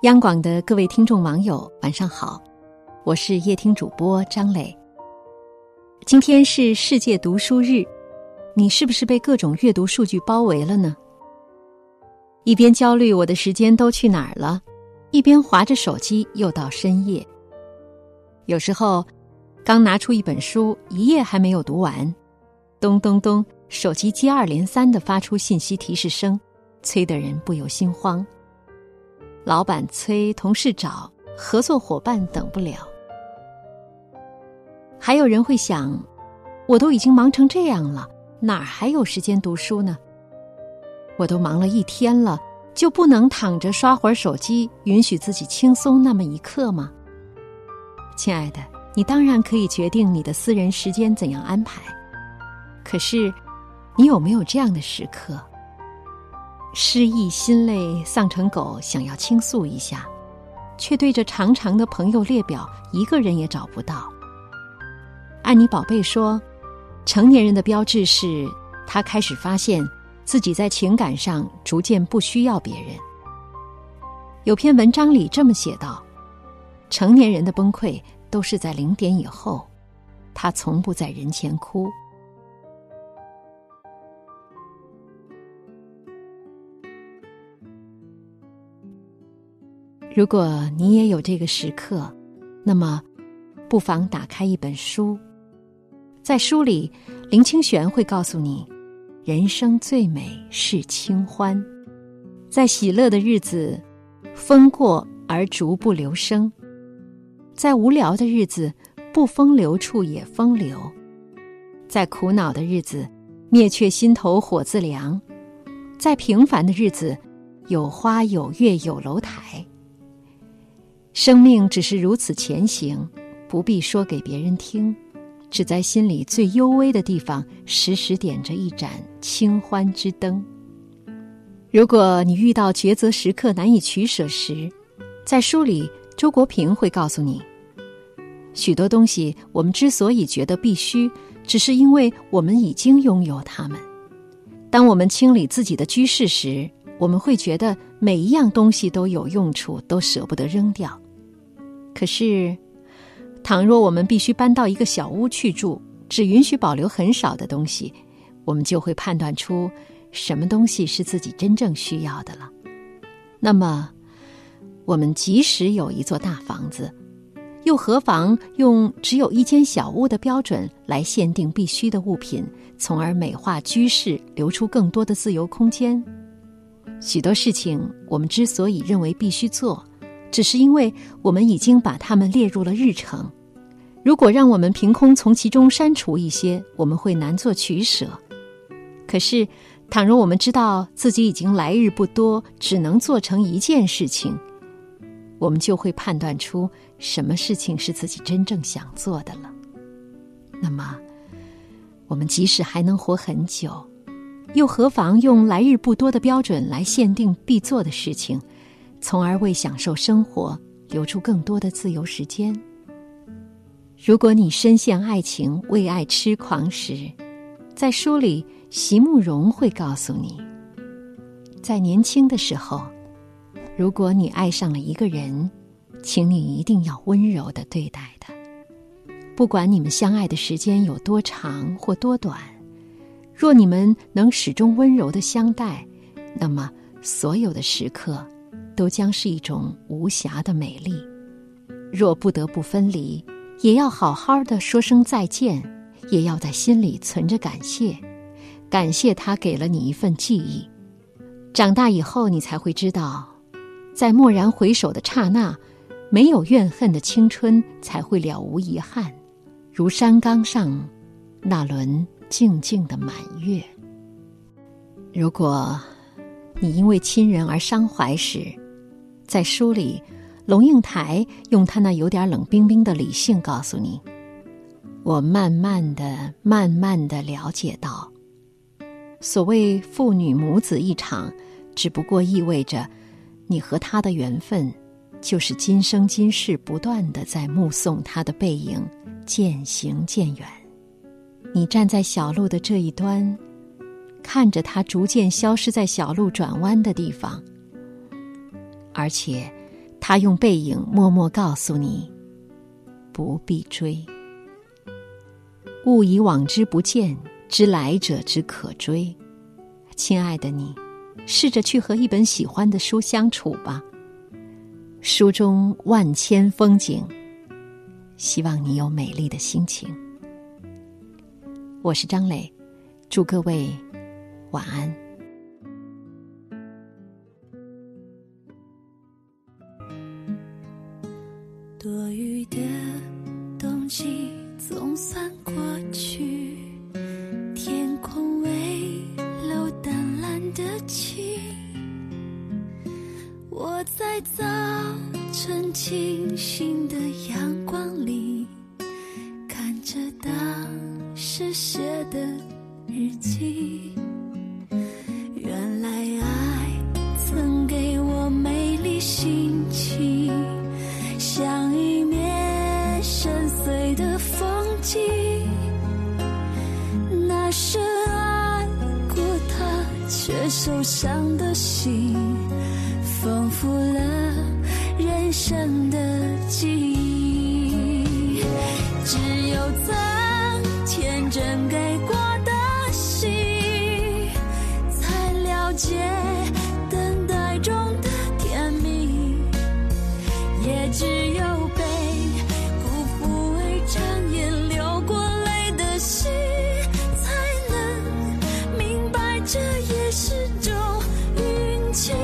央广的各位听众网友晚上好，我是夜听主播张磊。今天是世界读书日，你是不是被各种阅读数据包围了呢？一边焦虑我的时间都去哪儿了，一边滑着手机又到深夜。有时候刚拿出一本书，一页还没有读完，咚咚咚，手机接二连三地发出信息提示声，催得人不由心慌。老板催，同事找，合作伙伴等不了。还有人会想，我都已经忙成这样了，哪儿还有时间读书呢？我都忙了一天了，就不能躺着刷会儿手机，允许自己轻松那么一刻吗？亲爱的，你当然可以决定你的私人时间怎样安排，可是你有没有这样的时刻？失意心累丧成狗，想要倾诉一下，却对着长长的朋友列表一个人也找不到。安妮宝贝说，成年人的标志是他开始发现自己在情感上逐渐不需要别人。有篇文章里这么写道，成年人的崩溃都是在0点以后，他从不在人前哭。如果你也有这个时刻，那么不妨打开一本书。在书里，林清玄会告诉你，人生最美是清欢。在喜乐的日子，风过而逐不留声；在无聊的日子，不风流处也风流；在苦恼的日子，灭却心头火自凉；在平凡的日子，有花有月有楼台。生命只是如此前行，不必说给别人听，只在心里最幽微的地方时时点着一盏清欢之灯。如果你遇到抉择时刻难以取舍时，在书里周国平会告诉你，许多东西我们之所以觉得必须，只是因为我们已经拥有它们。当我们清理自己的居室时，我们会觉得每一样东西都有用处，都舍不得扔掉。可是倘若我们必须搬到一个小屋去住，只允许保留很少的东西，我们就会判断出什么东西是自己真正需要的了。那么我们即使有一座大房子，又何妨用只有一间小屋的标准来限定必须的物品，从而美化居室，留出更多的自由空间？许多事情我们之所以认为必须做，只是因为我们已经把它们列入了日程。如果让我们凭空从其中删除一些，我们会难做取舍。可是倘若我们知道自己已经来日不多，只能做成一件事情，我们就会判断出什么事情是自己真正想做的了。那么我们即使还能活很久，又何妨用来日不多的标准来限定必做的事情，从而为享受生活留出更多的自由时间？如果你深陷爱情，为爱痴狂时，在书里席慕容会告诉你，在年轻的时候，如果你爱上了一个人，请你一定要温柔地对待他。不管你们相爱的时间有多长或多短，若你们能始终温柔地相待，那么所有的时刻都将是一种无瑕的美丽。若不得不分离，也要好好的说声再见，也要在心里存着感谢，感谢他给了你一份记忆。长大以后，你才会知道，在蓦然回首的刹那，没有怨恨的青春才会了无遗憾，如山岗上那轮静静的满月。如果你因为亲人而伤怀时，在书里龙应台用他那有点冷冰冰的理性告诉你，我慢慢地了解到，所谓父女母子一场，只不过意味着你和他的缘分就是今生今世不断地在目送他的背影渐行渐远。你站在小路的这一端，看着他逐渐消失在小路转弯的地方，而且他用背影默默告诉你，不必追。勿以往之不见，知来者之可追。亲爱的你，试着去和一本喜欢的书相处吧。书中万千风景，希望你有美丽的心情。我是张磊，祝各位晚安。 多余的冬季总算过去，天空微露淡蓝的晴。我在早晨清新的阳光里，看着当时写的日记。原来爱曾给我美丽心情，像一面深邃的风景。那深爱过他却受伤的心，丰富了人生的记忆。只有曾天真给过的心，才了解等待中的甜蜜。也只有被辜负为长夜流过泪的心，才能明白这也是种运气。